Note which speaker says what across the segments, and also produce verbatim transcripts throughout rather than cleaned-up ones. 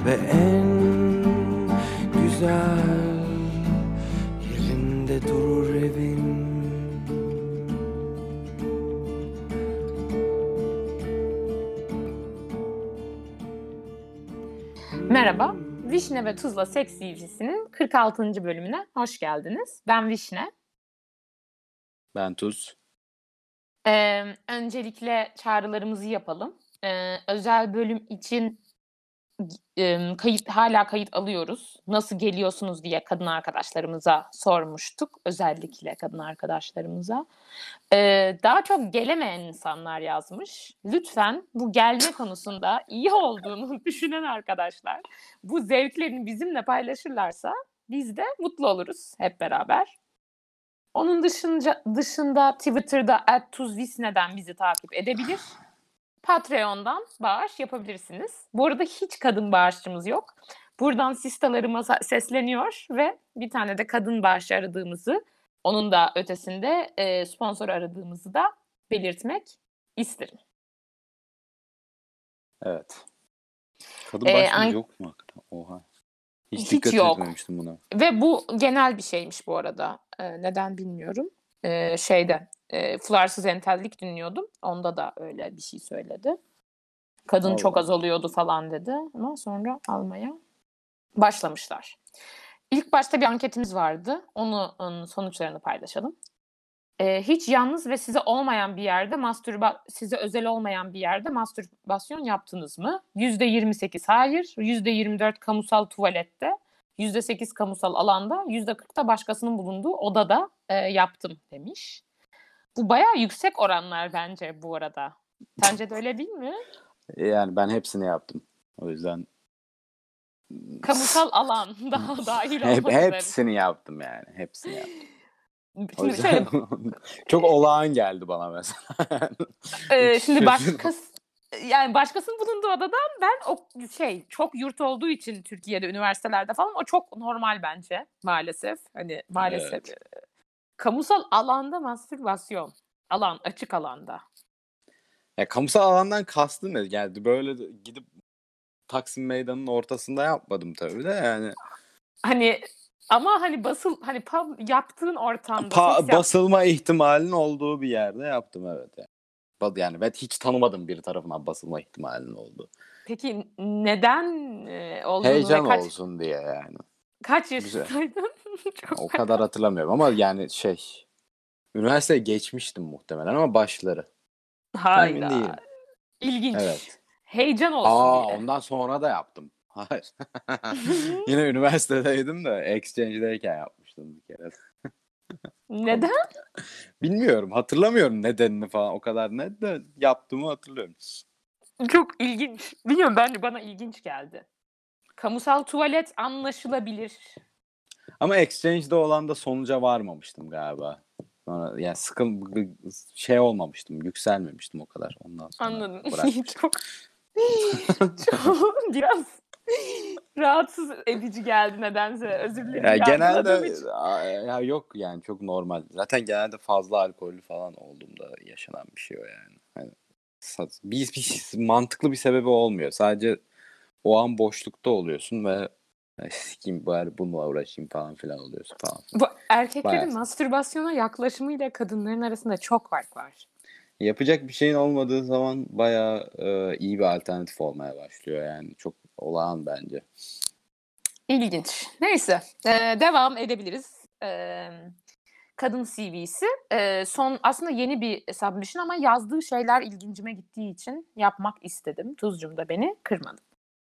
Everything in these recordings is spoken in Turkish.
Speaker 1: ve en güzel yerinde durur evin.
Speaker 2: Merhaba, Vişne ve Tuzla Seks dizisinin kırk altıncı bölümüne hoş geldiniz. Ben Vişne.
Speaker 3: Ben Tuz.
Speaker 2: Ee, öncelikle çağrılarımızı yapalım. Ee, özel bölüm için e, kayıt hala kayıt alıyoruz. Nasıl geliyorsunuz diye kadın arkadaşlarımıza sormuştuk. Özellikle kadın arkadaşlarımıza. Ee, daha çok gelemeyen insanlar yazmış. Lütfen bu gelme konusunda iyi olduğunu düşünen arkadaşlar bu zevklerini bizimle paylaşırlarsa biz de mutlu oluruz hep beraber. Onun dışında, dışında Twitter'da at tuzvisne'den bizi takip edebilir. Patreon'dan bağış yapabilirsiniz. Bu arada hiç kadın bağışçımız yok. Buradan sistalarıma sesleniyor ve bir tane de kadın bağışçı aradığımızı, onun da ötesinde e, sponsor aradığımızı da belirtmek isterim.
Speaker 3: Evet. Kadın bağışçımız ee, yok mu? Oha. Hiç,
Speaker 2: hiç
Speaker 3: dikkat
Speaker 2: yok.
Speaker 3: etmemiştim buna.
Speaker 2: Ve bu genel bir şeymiş bu arada. Ee, neden bilmiyorum. Ee, şeyde e, Flarsız Entellik dinliyordum. Onda da öyle bir şey söyledi. Kadın Allah. Çok az oluyordu falan dedi. Ama sonra almaya başlamışlar. İlk başta bir anketimiz vardı. Onu, onun sonuçlarını paylaşalım. Ee, hiç yalnız ve size olmayan bir yerde mastürba size özel olmayan bir yerde mastürbasyon yaptınız mı? yüzde yirmi sekiz hayır, yüzde yirmi dört kamusal tuvalette, yüzde sekiz kamusal alanda, yüzde kırk da başkasının bulunduğu odada e, yaptım demiş. Bu bayağı yüksek oranlar bence bu arada. Sence de öyle değil mi?
Speaker 3: Yani ben hepsini yaptım. O yüzden
Speaker 2: kamusal alan daha dahil olmak
Speaker 3: Hep,
Speaker 2: üzere.
Speaker 3: Hepsini yaptım yani. Hepsini yaptım.
Speaker 2: Şimdi şöyle...
Speaker 3: Çok olağan geldi bana mesela.
Speaker 2: ee, şimdi başkası yani başkasının bulunduğu odadan ben o şey çok yurt olduğu için Türkiye'de üniversitelerde falan o çok normal bence maalesef. Hani maalesef evet. Kamusal alanda mastürbasyon. Alan açık alanda.
Speaker 3: Ya kamusal alandan kastım ne? Yani böyle gidip Taksim Meydanı'nın ortasında yapmadım tabii de yani.
Speaker 2: Hani ama hani basıl hani pub yaptığın ortamda
Speaker 3: pa- basılma yap- ihtimalinin olduğu bir yerde yaptım evet yani. Yani ben hiç tanımadım bir tarafından basılma ihtimalinin olduğu.
Speaker 2: Peki neden e, olduğunu
Speaker 3: heyecan
Speaker 2: ve kaç,
Speaker 3: olsun diye yani.
Speaker 2: Kaç yaşındaydın?
Speaker 3: Çok o kadar hatırlamıyorum ama yani şey üniversiteye geçmiştim muhtemelen ama başları.
Speaker 2: Hayda. İlginç.
Speaker 3: Evet.
Speaker 2: Heyecan olsun
Speaker 3: Aa,
Speaker 2: diye.
Speaker 3: Ondan sonra da yaptım. Hayır. Yine üniversitedeydim de exchange'deyken yapmıştım bir kere.
Speaker 2: Neden?
Speaker 3: Bilmiyorum. Hatırlamıyorum nedenini falan. O kadar ne de yaptığımı hatırlıyorum.
Speaker 2: Çok ilginç. Bilmiyorum bence bana ilginç geldi. Kamusal tuvalet anlaşılabilir.
Speaker 3: Ama exchange'de olan da sonuca varmamıştım galiba. Sonra yani sıkın şey olmamıştım. Yükselmemiştim o kadar. Ondan sonra
Speaker 2: anladım. çok çok biraz rahatsız edici geldi nedense. Özür dilerim.
Speaker 3: Ya genelde ya yok yani çok normal. Zaten genelde fazla alkollü falan olduğumda yaşanan bir şey o yani. Hani bir, bir mantıklı bir sebebi olmuyor. Sadece o an boşlukta oluyorsun ve sikeyim bari bununla uğraşayım falan filan oluyorsun falan.
Speaker 2: Bu erkeklerin
Speaker 3: Bayağı.
Speaker 2: Mastürbasyona yaklaşımıyla kadınların arasında çok fark var.
Speaker 3: Yapacak bir şeyin olmadığı zaman bayağı e, iyi bir alternatif olmaya başlıyor yani. Çok olağan bence.
Speaker 2: İlginç. Neyse. Ee, devam edebiliriz. Ee, kadın C V'si. Ee, son aslında yeni bir submission ama yazdığı şeyler ilgincime gittiği için yapmak istedim. Tuzcum da beni kırmadı.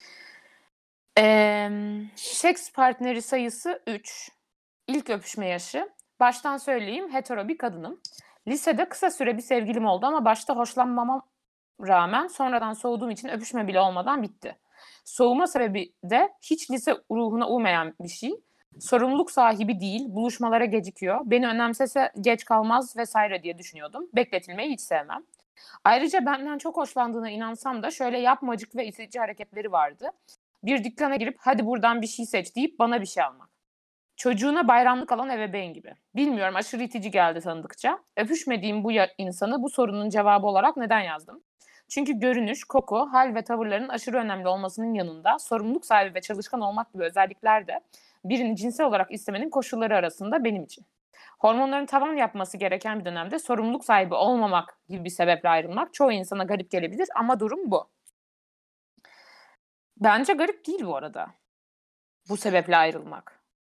Speaker 2: Ee, seks partneri sayısı üç. İlk öpüşme yaşı. Baştan söyleyeyim hetero bir kadınım. Lisede kısa süre bir sevgilim oldu ama başta hoşlanmama rağmen sonradan soğuduğum için öpüşme bile olmadan bitti. Soğuma sebebi de hiç lise ruhuna uymayan bir şey. Sorumluluk sahibi değil, buluşmalara gecikiyor. Beni önemsese geç kalmaz vesaire diye düşünüyordum. Bekletilmeyi hiç sevmem. Ayrıca benden çok hoşlandığına inansam da şöyle yapmacık ve itici hareketleri vardı. Bir dükkana girip hadi buradan bir şey seç deyip bana bir şey almak. Çocuğuna bayramlık alan ebeveyn gibi. Bilmiyorum aşırı itici geldi tanıdıkça. Öpüşmediğim bu insanı bu sorunun cevabı olarak neden yazdım? Çünkü görünüş, koku, hal ve tavırların aşırı önemli olmasının yanında sorumluluk sahibi ve çalışkan olmak gibi özellikler de birini cinsel olarak istemenin koşulları arasında benim için. Hormonların tavan yapması gereken bir dönemde sorumluluk sahibi olmamak gibi bir sebeple ayrılmak çoğu insana garip gelebilir ama durum bu. Bence garip değil bu arada. Bu sebeple ayrılmak.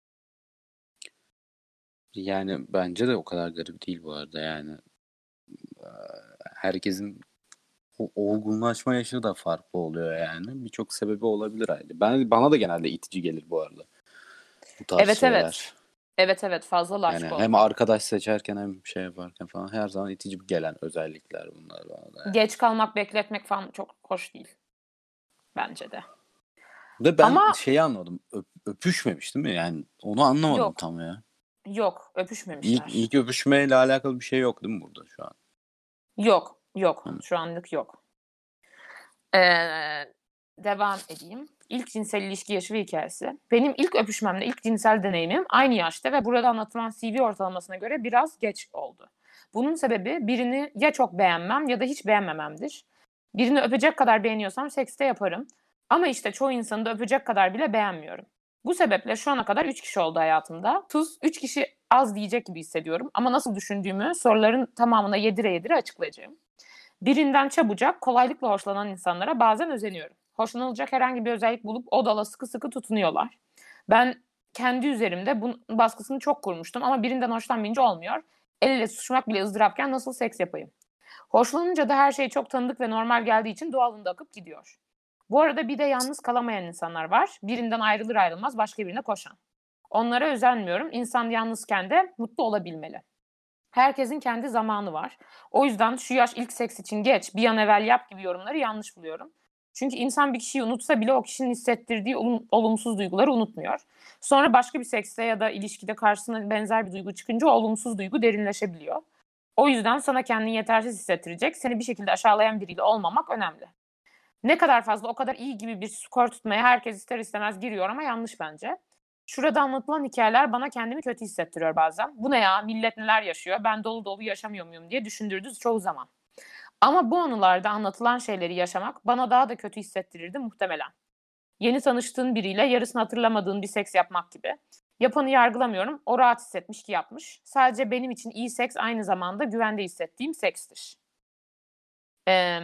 Speaker 3: Yani bence de o kadar garip değil bu arada yani. Eee, Herkesin o olgunlaşma yaşı da farklı oluyor yani. Birçok sebebi olabilir ayrıca. Ben bana da genelde itici gelir bu arada bu tarz
Speaker 2: Evet
Speaker 3: şeyler.
Speaker 2: evet. Evet evet fazla
Speaker 3: Yani
Speaker 2: laçka
Speaker 3: hem
Speaker 2: oluyor.
Speaker 3: arkadaş seçerken hem şey yaparken falan her zaman itici gelen özellikler bunlar bana da yani.
Speaker 2: Geç kalmak, bekletmek falan çok hoş değil. Bence de.
Speaker 3: Ve ben
Speaker 2: Ama
Speaker 3: şeyi anladım. Öp, öpüşmemiş değil mi? Yani onu anlamadım
Speaker 2: yok.
Speaker 3: tam ya.
Speaker 2: Yok.
Speaker 3: İlk,
Speaker 2: Öpüşmemişler.
Speaker 3: ilk öpüşmeyle alakalı bir şey yok değil mi burada şu an?
Speaker 2: Yok. Yok.
Speaker 3: Hı.
Speaker 2: Şu anlık yok. Ee, devam edeyim. İlk cinsel ilişki yaşı ve hikayesi. Benim ilk öpüşmemle ilk cinsel deneyimim aynı yaşta ve burada anlatılan C V ortalamasına göre biraz geç oldu. Bunun sebebi birini ya çok beğenmem ya da hiç beğenmememdir. Birini öpecek kadar beğeniyorsam sekste yaparım. Ama işte çoğu insanı da öpecek kadar bile beğenmiyorum. Bu sebeple şu ana kadar üç kişi oldu hayatımda. Tuz üç kişi az diyecek gibi hissediyorum. Ama nasıl düşündüğümü soruların tamamına yedire yedire açıklayacağım. Birinden çabucak, kolaylıkla hoşlanan insanlara bazen özeniyorum. Hoşlanılacak herhangi bir özellik bulup o dala sıkı sıkı tutunuyorlar. Ben kendi üzerimde bunun baskısını çok kurmuştum ama birinden hoşlanmayınca olmuyor. El ele tutuşmak bile ızdırapken nasıl seks yapayım? Hoşlanınca da her şey çok tanıdık ve normal geldiği için doğalında akıp gidiyor. Bu arada bir de yalnız kalamayan insanlar var. Birinden ayrılır ayrılmaz başka birine koşan. Onlara özenmiyorum. İnsan yalnızken de mutlu olabilmeli. Herkesin kendi zamanı var. O yüzden şu yaş ilk seks için geç, bir an evvel yap gibi yorumları yanlış buluyorum. Çünkü insan bir kişiyi unutsa bile o kişinin hissettirdiği olum- olumsuz duyguları unutmuyor. Sonra başka bir sekste ya da ilişkide karşısına benzer bir duygu çıkınca o olumsuz duygu derinleşebiliyor. O yüzden sana kendini yetersiz hissettirecek, seni bir şekilde aşağılayan biriyle olmamak önemli. Ne kadar fazla o kadar iyi gibi bir skor tutmaya herkes ister istemez giriyor ama yanlış bence. Şurada anlatılan hikayeler bana kendimi kötü hissettiriyor bazen. Bu ne ya, millet neler yaşıyor, ben dolu dolu yaşamıyor muyum diye düşündürdü çoğu zaman. Ama bu anılarda anlatılan şeyleri yaşamak bana daha da kötü hissettirirdi muhtemelen. Yeni tanıştığın biriyle yarısını hatırlamadığın bir seks yapmak gibi. Yapanı yargılamıyorum, o rahat hissetmiş ki yapmış. Sadece benim için iyi seks aynı zamanda güvende hissettiğim sekstir. Ee,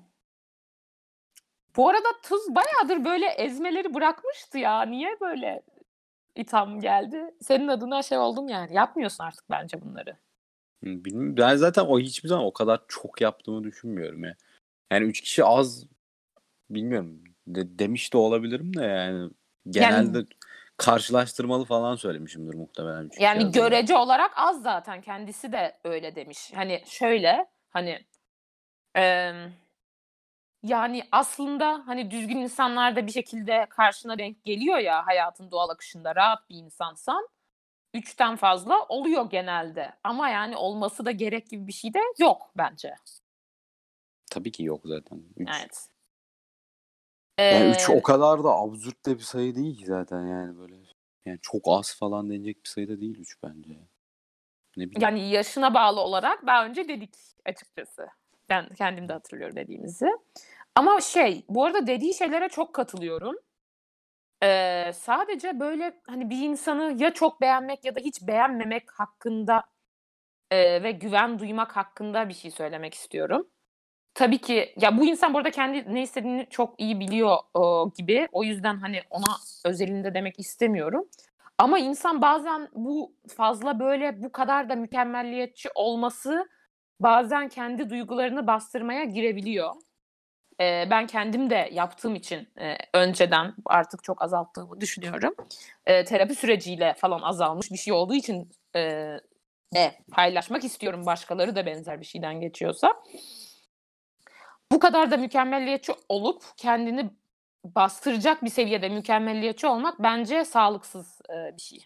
Speaker 2: bu arada Tuz bayağıdır böyle ezmeleri bırakmıştı ya. Niye böyle itham geldi? Senin adına şey oldum yani. Yapmıyorsun artık bence bunları.
Speaker 3: Hı, Bilmiyorum. Ben zaten o hiçbir zaman o kadar çok yaptığımı düşünmüyorum ya. Yani üç kişi az bilmiyorum. De, demiş de olabilirim de yani genelde
Speaker 2: Yani
Speaker 3: karşılaştırmalı falan söylemişimdir muhtemelen üç kişi
Speaker 2: yani
Speaker 3: az diye.
Speaker 2: görece olarak az zaten. Kendisi de öyle demiş. Hani şöyle hani em, yani aslında hani düzgün insanlar da bir şekilde karşına denk geliyor ya hayatın doğal akışında rahat bir insansan. Üçten fazla oluyor genelde. Ama yani olması da gerek gibi bir şey de yok bence.
Speaker 3: Tabii ki yok zaten. üç.
Speaker 2: Evet.
Speaker 3: Yani üç o
Speaker 2: Ee,
Speaker 3: kadar da absürt de bir sayı değil ki zaten yani böyle. Yani çok az falan denecek bir sayı da değil üç bence. Ne bileyim.
Speaker 2: yani yaşına bağlı olarak daha önce dedik açıkçası. Ben kendim de hatırlıyorum dediğimizi. Ama şey, bu arada dediği şeylere çok katılıyorum. Ee, sadece böyle hani bir insanı ya çok beğenmek ya da hiç beğenmemek hakkında e, ve güven duymak hakkında bir şey söylemek istiyorum. Tabii ki ya bu insan burada kendi ne istediğini çok iyi biliyor o, gibi. O yüzden hani ona özelinde demek istemiyorum. Ama insan bazen bu fazla böyle bu kadar da mükemmelliyetçi olması bazen kendi duygularını bastırmaya girebiliyor. Ee, ben kendim de yaptığım için e, önceden artık çok azalttığımı düşünüyorum. E, terapi süreciyle falan azalmış bir şey olduğu için e, e, paylaşmak istiyorum başkaları da benzer bir şeyden geçiyorsa. Bu kadar da mükemmelliyetçi olup kendini bastıracak bir seviyede mükemmelliyetçi olmak bence sağlıksız e, bir şey.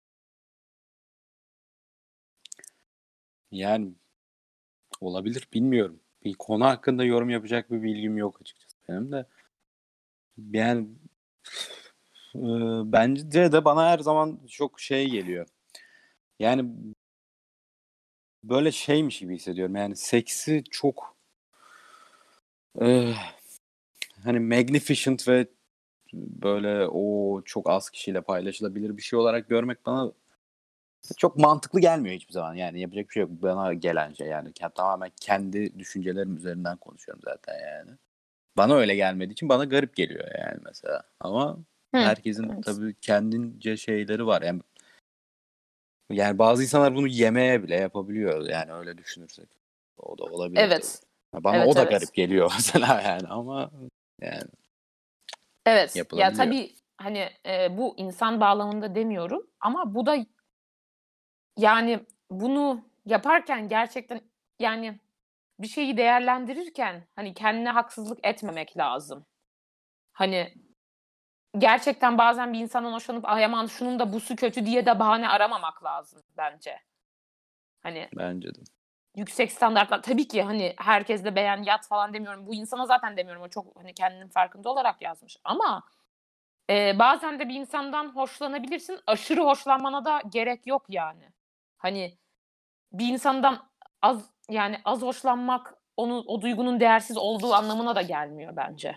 Speaker 3: Yani olabilir bilmiyorum. Bir konu hakkında yorum yapacak bir bilgim yok açıkçası benim de. Yani e, bence de bana her zaman çok şey geliyor. Yani böyle şeymiş gibi hissediyorum. Yani seksi çok Eee, hani magnificent ve böyle o çok az kişiyle paylaşılabilir bir şey olarak görmek bana çok mantıklı gelmiyor hiçbir zaman. Yani yapacak bir şey yok. Bana gelen şey yani. Ke- Tamamen kendi düşüncelerim üzerinden konuşuyorum zaten yani. Bana öyle gelmediği için bana garip geliyor yani mesela. Ama
Speaker 2: Hı,
Speaker 3: herkesin
Speaker 2: evet.
Speaker 3: tabii kendince şeyleri var. Yani, yani bazı insanlar bunu yemeğe bile yapabiliyor yani öyle düşünürsek. O da olabilir tabii.
Speaker 2: Evet.
Speaker 3: Ya bana o
Speaker 2: Evet,
Speaker 3: da
Speaker 2: evet.
Speaker 3: garip geliyor mesela yani ama yani
Speaker 2: Evet. Ya
Speaker 3: yapılabiliyor.
Speaker 2: tabii hani e, bu insan bağlamında demiyorum ama bu da yani bunu yaparken gerçekten yani bir şeyi değerlendirirken hani kendine haksızlık etmemek lazım. Hani gerçekten bazen bir insandan hoşlanıp ay aman şunun da busu kötü diye de bahane aramamak lazım bence. Hani
Speaker 3: Bence de.
Speaker 2: yüksek standartlar tabii ki hani herkes de beğen yat falan demiyorum. Bu insana zaten demiyorum. O çok hani kendinin farkında olarak yazmış. Ama e, bazen de bir insandan hoşlanabilirsin. Aşırı hoşlanmana da gerek yok yani. Hani bir insandan az yani az hoşlanmak onun o duygunun değersiz olduğu anlamına da gelmiyor bence.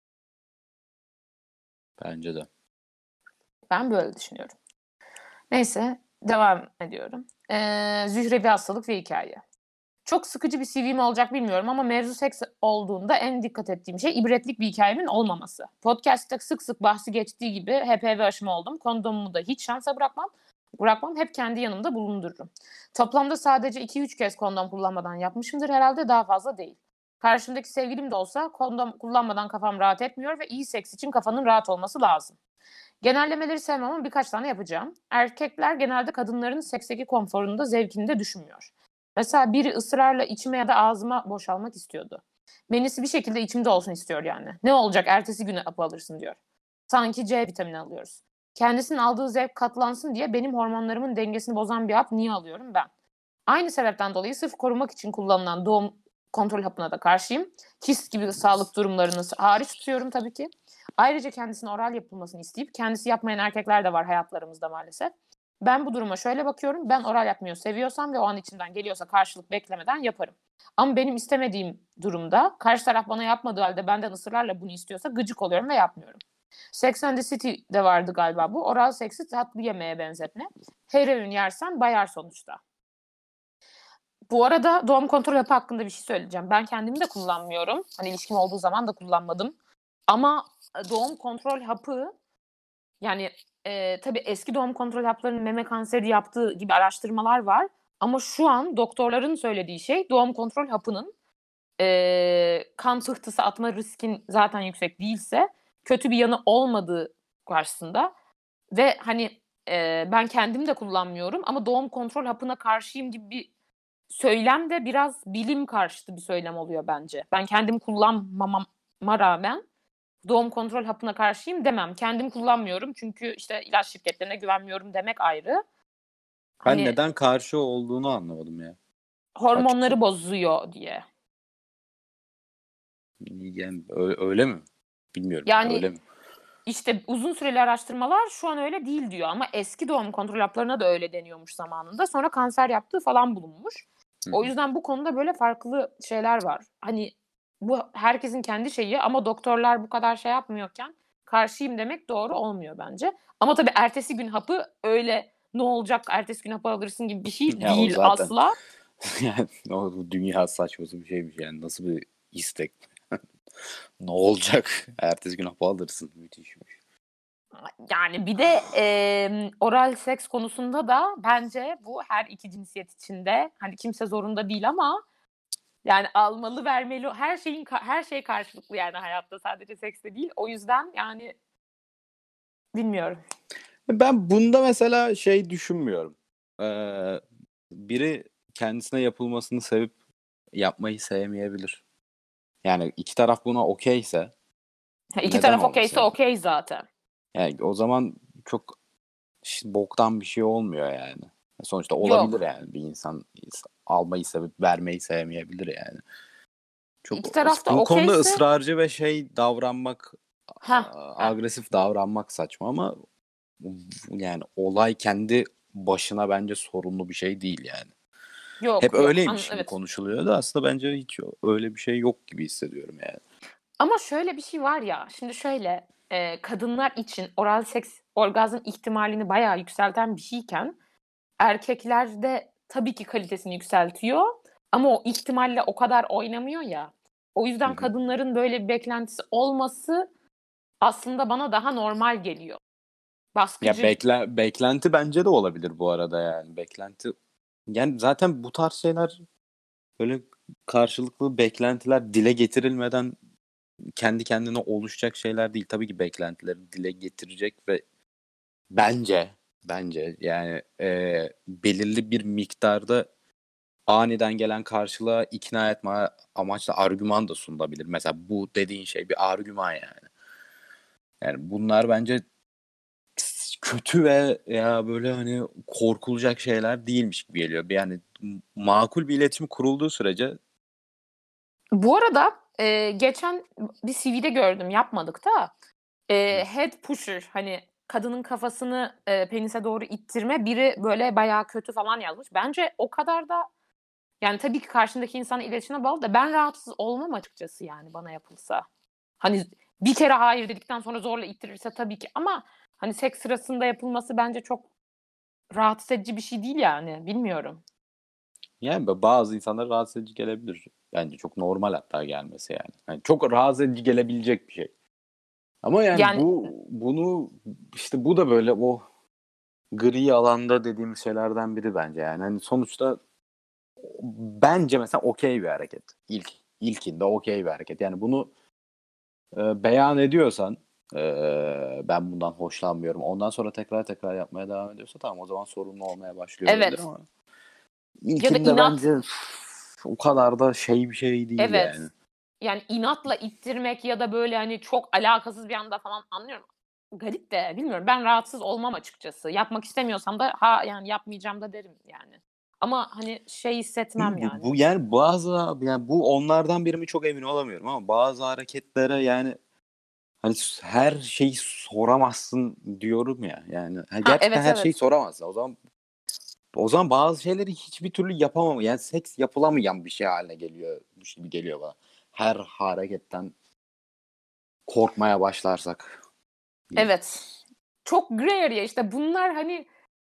Speaker 3: Bence de.
Speaker 2: Ben böyle düşünüyorum. Neyse devam ediyorum. Ee, Zühre bir hastalık ve hikaye. Çok sıkıcı bir C V mi olacak bilmiyorum ama mevzu seks olduğunda en dikkat ettiğim şey ibretlik bir hikayemin olmaması. Podcast'ta sık sık bahsi geçtiği gibi H P V aşımı oldum. Kondomumu da hiç şansa bırakmam. Bırakmam hep kendi yanımda bulundururum. Toplamda sadece iki üç kez kondom kullanmadan yapmışımdır herhalde daha fazla değil. Karşımdaki sevgilim de olsa kondom kullanmadan kafam rahat etmiyor ve iyi seks için kafanın rahat olması lazım. Genellemeleri sevmem ama birkaç tane yapacağım. Erkekler genelde kadınların seksteki konforunu da zevkini de düşünmüyor. Mesela biri ısrarla içime ya da ağzıma boşalmak istiyordu. Menisi bir şekilde içimde olsun istiyor yani. Ne olacak ertesi güne apı alırsın diyor. Sanki C vitamini alıyoruz. Kendisinin aldığı zevk katlansın diye benim hormonlarımın dengesini bozan bir hap niye alıyorum ben? Aynı sebepten dolayı sırf korumak için kullanılan doğum kontrol hapına da karşıyım. Kist gibi sağlık durumlarını hariç tutuyorum tabii ki. Ayrıca kendisine oral yapılmasını isteyip kendisi yapmayan erkekler de var hayatlarımızda maalesef. Ben bu duruma şöyle bakıyorum. Ben oral yapmıyor seviyorsam ve o an içimden geliyorsa karşılık beklemeden yaparım. Ama benim istemediğim durumda karşı taraf bana yapmadığı halde benden ısrarla bunu istiyorsa gıcık oluyorum ve yapmıyorum. Sex and the City'de vardı galiba bu. Oral seksi tatlı yemeğe benzetme. Her öğün yersen bayar sonuçta. Bu arada doğum kontrol hapı hakkında bir şey söyleyeceğim. Ben kendimi de kullanmıyorum. Hani ilişkim olduğu zaman da kullanmadım. Ama doğum kontrol hapı yani e, tabii eski doğum kontrol haplarının meme kanseri yaptığı gibi araştırmalar var. Ama şu an doktorların söylediği şey doğum kontrol hapının e, kan pıhtısı atma riskin zaten yüksek değilse kötü bir yanı olmadığı karşısında. Ve hani e, ben kendim de kullanmıyorum ama doğum kontrol hapına karşıyım gibi bir söylem de biraz bilim karşıtı bir söylem oluyor bence. Ben kendim kullanmamama rağmen doğum kontrol hapına karşıyım demem. Kendim kullanmıyorum çünkü işte ilaç şirketlerine güvenmiyorum demek ayrı.
Speaker 3: Ben
Speaker 2: Hani
Speaker 3: neden karşı olduğunu anlamadım ya.
Speaker 2: hormonları
Speaker 3: Açıkçası.
Speaker 2: bozuyor diye.
Speaker 3: Yani öyle, öyle mi? Bilmiyorum yani öyle
Speaker 2: Yani
Speaker 3: mi?
Speaker 2: işte uzun süreli araştırmalar şu an öyle değil diyor ama eski doğum kontrol haplarına da öyle deniyormuş zamanında. Sonra kanser yaptığı falan bulunmuş.
Speaker 3: Hı
Speaker 2: O
Speaker 3: hı.
Speaker 2: yüzden bu konuda böyle farklı şeyler var. Hani bu herkesin kendi şeyi ama doktorlar bu kadar şey yapmıyorken karşıyım demek doğru olmuyor bence. Ama tabii ertesi gün hapı öyle ne olacak ertesi gün hapı alırsın gibi bir şey
Speaker 3: Ya o
Speaker 2: değil
Speaker 3: zaten
Speaker 2: asla.
Speaker 3: yani o dünya saçması bir şeymiş yani nasıl bir istek. Ne olacak? Ertesi gün hapı alırsın. Müthişmiş.
Speaker 2: Yani bir de e, oral seks konusunda da bence bu her iki cinsiyet içinde hani kimse zorunda değil ama yani almalı vermeli her şeyin her şey karşılıklı yani hayatta sadece sekste değil. O yüzden yani bilmiyorum.
Speaker 3: Ben bunda mesela şey düşünmüyorum. Ee, biri kendisine yapılmasını sevip yapmayı sevmeyebilir. Yani iki taraf buna okeyse
Speaker 2: Ha, İki
Speaker 3: neden
Speaker 2: taraf
Speaker 3: olmasın
Speaker 2: okeyse
Speaker 3: yani?
Speaker 2: okey zaten.
Speaker 3: Yani o zaman çok ş- boktan bir şey olmuyor yani. Sonuçta olabilir
Speaker 2: Yok.
Speaker 3: yani bir insan almayı sevip vermeyi sevmeyebilir yani. Çok
Speaker 2: İki taraf da
Speaker 3: bu konuda
Speaker 2: okeyse
Speaker 3: ısrarcı ve şey davranmak,
Speaker 2: ha
Speaker 3: a-
Speaker 2: ha.
Speaker 3: agresif davranmak saçma ama yani olay kendi başına bence sorunlu bir şey değil yani.
Speaker 2: Yok
Speaker 3: Hep
Speaker 2: yok. An-
Speaker 3: öyleymiş gibi
Speaker 2: evet.
Speaker 3: konuşuluyordu. Aslında bence hiç öyle bir şey yok gibi hissediyorum yani.
Speaker 2: Ama şöyle bir şey var ya. Şimdi şöyle e, kadınlar için oral seks orgazm ihtimalini bayağı yükselten bir şeyken erkeklerde tabii ki kalitesini yükseltiyor ama o ihtimalle o kadar oynamıyor ya. O
Speaker 3: Hı
Speaker 2: yüzden
Speaker 3: hı.
Speaker 2: kadınların böyle bir beklentisi olması aslında bana daha normal geliyor.
Speaker 3: Ya
Speaker 2: Baskıcı.
Speaker 3: bekle, beklenti bence de olabilir bu arada yani. Beklenti yani zaten bu tarz şeyler böyle karşılıklı beklentiler dile getirilmeden kendi kendine oluşacak şeyler değil. Tabii ki beklentileri dile getirecek ve bence bence yani e, belirli bir miktarda aniden gelen karşılığa ikna etme amaçlı argüman da sunulabilir. Mesela bu dediğin şey bir argüman yani. Yani bunlar bence kötü ve ya böyle hani korkulacak şeyler değilmiş gibi geliyor. Yani makul bir iletişim kurulduğu sürece
Speaker 2: Bu arada e, geçen bir C V'de gördüm, yapmadık da e, head pusher, hani kadının kafasını e, penise doğru ittirme, biri böyle bayağı kötü falan yazmış. Bence o kadar da, yani tabii ki karşındaki insanla iletişime bağlı da ben rahatsız olmam açıkçası yani bana yapılsa. Hani bir kere hayır dedikten sonra zorla ittirirse tabii ki, ama hani seks sırasında yapılması bence çok rahatsız edici bir şey değil yani, bilmiyorum.
Speaker 3: yani bazı insanlar rahatsız edici gelebilir. Bence çok normal hatta gelmesi yani. Yani çok rahatsız edici gelebilecek bir şey. Ama yani
Speaker 2: Yani
Speaker 3: bu bunu işte bu da böyle o gri alanda dediğimiz şeylerden biri bence yani. Hani sonuçta bence mesela okey bir hareket. İlk ilkinde okey bir hareket. Yani bunu e, beyan ediyorsan e, ben bundan hoşlanmıyorum. Ondan sonra tekrar tekrar yapmaya devam ediyorsa tamam, o zaman sorunlu olmaya başlıyor olabilir
Speaker 2: evet,
Speaker 3: ama
Speaker 2: ya da
Speaker 3: ilkinde
Speaker 2: inat,
Speaker 3: bence üf, o kadar da şey bir şey değil yani.
Speaker 2: evet. Yani inatla ittirmek ya da böyle hani çok alakasız bir anda falan, anlıyorum. Garip de, bilmiyorum. Ben rahatsız olmam açıkçası. Yapmak istemiyorsam da ha yani yapmayacağım da derim yani. Ama hani şey hissetmem
Speaker 3: Bu,
Speaker 2: yani.
Speaker 3: bu yani bazı yani bu onlardan biri mi çok emin olamıyorum ama bazı hareketlere yani hani her şeyi soramazsın diyorum ya. Yani hani
Speaker 2: Ha
Speaker 3: gerçekten
Speaker 2: evet
Speaker 3: her şeyi
Speaker 2: evet.
Speaker 3: soramazsın. O zaman o zaman bazı şeyleri hiçbir türlü yapamam. Yani seks yapılamayan bir şey haline geliyor. Gibi geliyor bana. Her hareketten korkmaya başlarsak diyeyim.
Speaker 2: Evet. Çok gray area işte bunlar, hani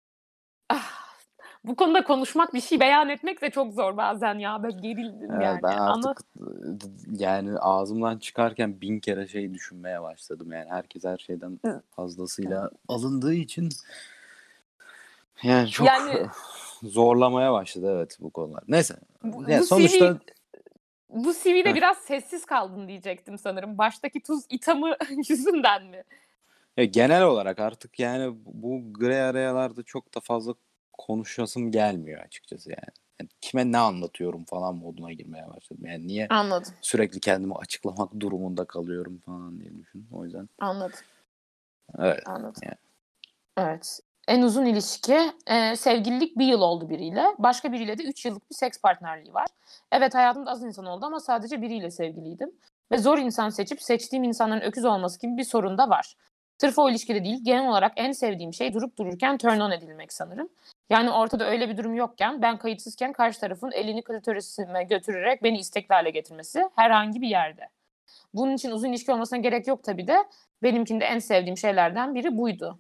Speaker 2: ah, bu konuda konuşmak, bir şey beyan etmek de çok zor bazen ya. Ben gerildim
Speaker 3: Evet, ben
Speaker 2: yani. Ama
Speaker 3: artık yani ağzımdan çıkarken bin kere şey düşünmeye başladım. Yani herkes her şeyden fazlasıyla alındığı için yani çok
Speaker 2: yani
Speaker 3: zorlamaya başladı evet bu konular. Neyse.
Speaker 2: bu,
Speaker 3: Yani
Speaker 2: bu C V
Speaker 3: sonuçta
Speaker 2: bu C V'de
Speaker 3: heh,
Speaker 2: biraz sessiz kaldın diyecektim sanırım. Baştaki tuz ithamı yüzünden mi?
Speaker 3: ya genel olarak artık yani bu grey arealarda çok da fazla konuşasım gelmiyor açıkçası yani. Yani kime ne anlatıyorum falan moduna girmeye başladım. Yani niye
Speaker 2: Anladım.
Speaker 3: sürekli kendimi açıklamak durumunda kalıyorum falan diye düşün. O yüzden
Speaker 2: Anladım.
Speaker 3: evet.
Speaker 2: Anladım.
Speaker 3: Yani.
Speaker 2: Evet. En uzun ilişki, e, sevgililik bir yıl oldu biriyle. Başka biriyle de üç yıllık bir seks partnerliği var. Evet, hayatımda az insan oldu ama sadece biriyle sevgiliydim. Ve zor insan seçip seçtiğim insanların öküz olması gibi bir sorun da var. Sırf o ilişkide değil, genel olarak en sevdiğim şey durup dururken turn on edilmek sanırım. Yani ortada öyle bir durum yokken, ben kayıtsızken karşı tarafın elini klitorisime götürerek beni istekli hale getirmesi herhangi bir yerde. Bunun için uzun ilişki olmasına gerek yok tabii de, benimkinde en sevdiğim şeylerden biri buydu.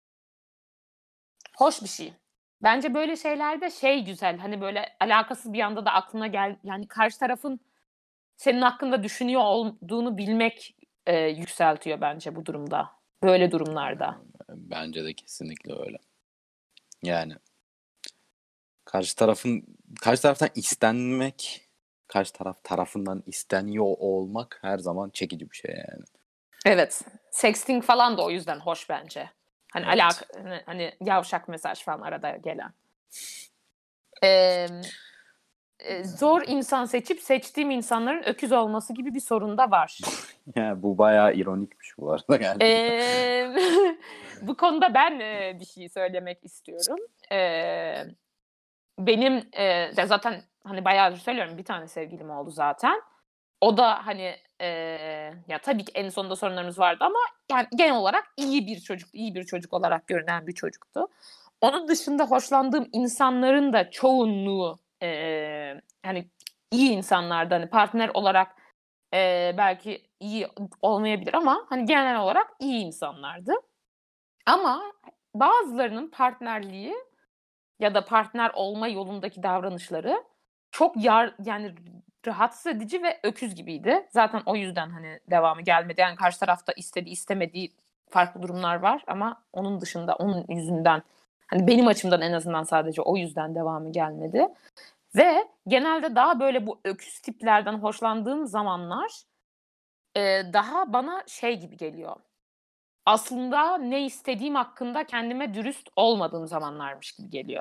Speaker 2: Hoş bir şey. Bence böyle şeylerde şey güzel, hani böyle alakasız bir anda da aklına gel, yani karşı tarafın senin hakkında düşünüyor olduğunu bilmek e, yükseltiyor bence bu durumda. Böyle durumlarda.
Speaker 3: Bence de kesinlikle öyle. Yani karşı tarafın karşı taraftan istenmek, karşı taraf tarafından isteniyor olmak her zaman çekici bir şey yani.
Speaker 2: Evet. Sexting falan da o yüzden hoş bence. Hani
Speaker 3: Evet.
Speaker 2: alaka, hani, hani yavşak mesaj falan arada gelen. Ee, e, zor insan seçip seçtiğim insanların öküz olması gibi bir sorun da var.
Speaker 3: Yani bu bayağı ironikmiş bu arada gerçekten.
Speaker 2: Ee, bu konuda ben e, bir şey söylemek istiyorum. Ee, benim e, de zaten hani bayağıdır söylüyorum, bir tane sevgilim oldu zaten. O da hani e, ya tabii ki en sonunda sorunlarımız vardı ama yani genel olarak iyi bir çocuk, iyi bir çocuk olarak görünen bir çocuktu. Onun dışında hoşlandığım insanların da çoğunluğu Eee, hani iyi insanlardı. Hani partner olarak eee, belki iyi olmayabilir ama hani genel olarak iyi insanlardı. Ama bazılarının partnerliği ya da partner olma yolundaki davranışları çok yar yani rahatsız edici ve öküz gibiydi. Zaten o yüzden hani devamı gelmedi. Yani karşı tarafta istediği istemediği farklı durumlar var ama onun dışında onun yüzünden hani benim açımdan en azından sadece o yüzden devamı gelmedi. Ve genelde daha böyle bu öküz tiplerden hoşlandığım zamanlar eee, daha bana şey gibi geliyor. Aslında ne istediğim hakkında kendime dürüst olmadığım zamanlarmış gibi geliyor.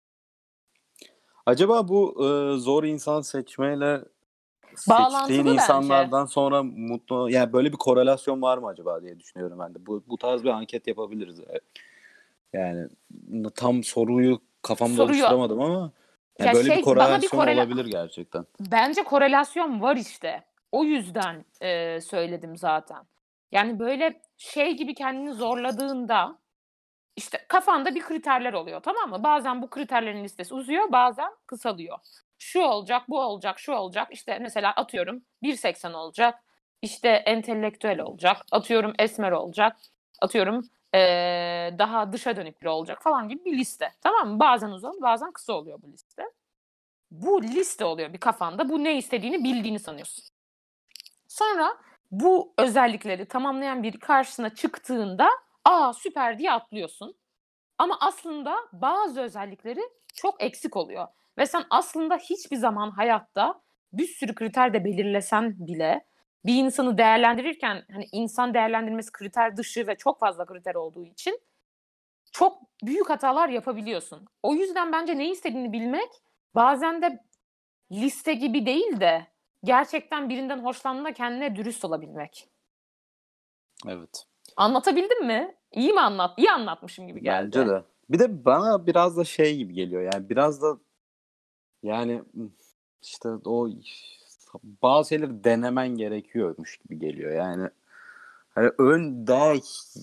Speaker 3: Acaba bu e, zor insan seçmeyle seçtiğin
Speaker 2: Bağlantılı bence.
Speaker 3: insanlardan sonra mutlu yani böyle bir korelasyon var mı acaba diye düşünüyorum ben de. Bu bu tarz bir anket yapabiliriz. E, Yani tam soruyu kafamda
Speaker 2: Soruyu
Speaker 3: oluşturamadım ama yani
Speaker 2: ya
Speaker 3: böyle bir
Speaker 2: şey bana bir
Speaker 3: korelasyon
Speaker 2: korela
Speaker 3: olabilir gerçekten.
Speaker 2: bence korelasyon var işte. O yüzden eee, söyledim zaten. Yani böyle şey gibi kendini zorladığında işte kafanda bir kriterler oluyor, tamam mı? Bazen bu kriterlerin listesi uzuyor, bazen kısalıyor. Şu olacak, bu olacak, şu olacak. İşte mesela atıyorum bir seksen olacak. İşte entelektüel olacak. Atıyorum esmer olacak. Atıyorum eee, daha dışa dönük biri olacak falan gibi bir liste. Tamam mı? Bazen uzun, bazen kısa oluyor bu liste. Bu liste oluyor bir kafanda. Bu ne istediğini bildiğini sanıyorsun. Sonra bu özellikleri tamamlayan biri karşısına çıktığında aa süper diye atlıyorsun. Ama aslında bazı özellikleri çok eksik oluyor. Ve sen aslında hiçbir zaman hayatta bir sürü kriter de belirlesen bile bir insanı değerlendirirken hani insan değerlendirmesi kriter dışı ve çok fazla kriter olduğu için çok büyük hatalar yapabiliyorsun. O yüzden bence ne istediğini bilmek bazen de liste gibi değil de gerçekten birinden hoşlandığında kendine dürüst olabilmek.
Speaker 3: Evet.
Speaker 2: Anlatabildim mi? İyi mi anlat? İyi anlatmışım gibi
Speaker 3: Bence
Speaker 2: geldi.
Speaker 3: de. Bir de bana biraz da şey gibi geliyor. Yani biraz da yani işte o bazı şeyleri denemen gerekiyormuş gibi geliyor. Yani hani ön daha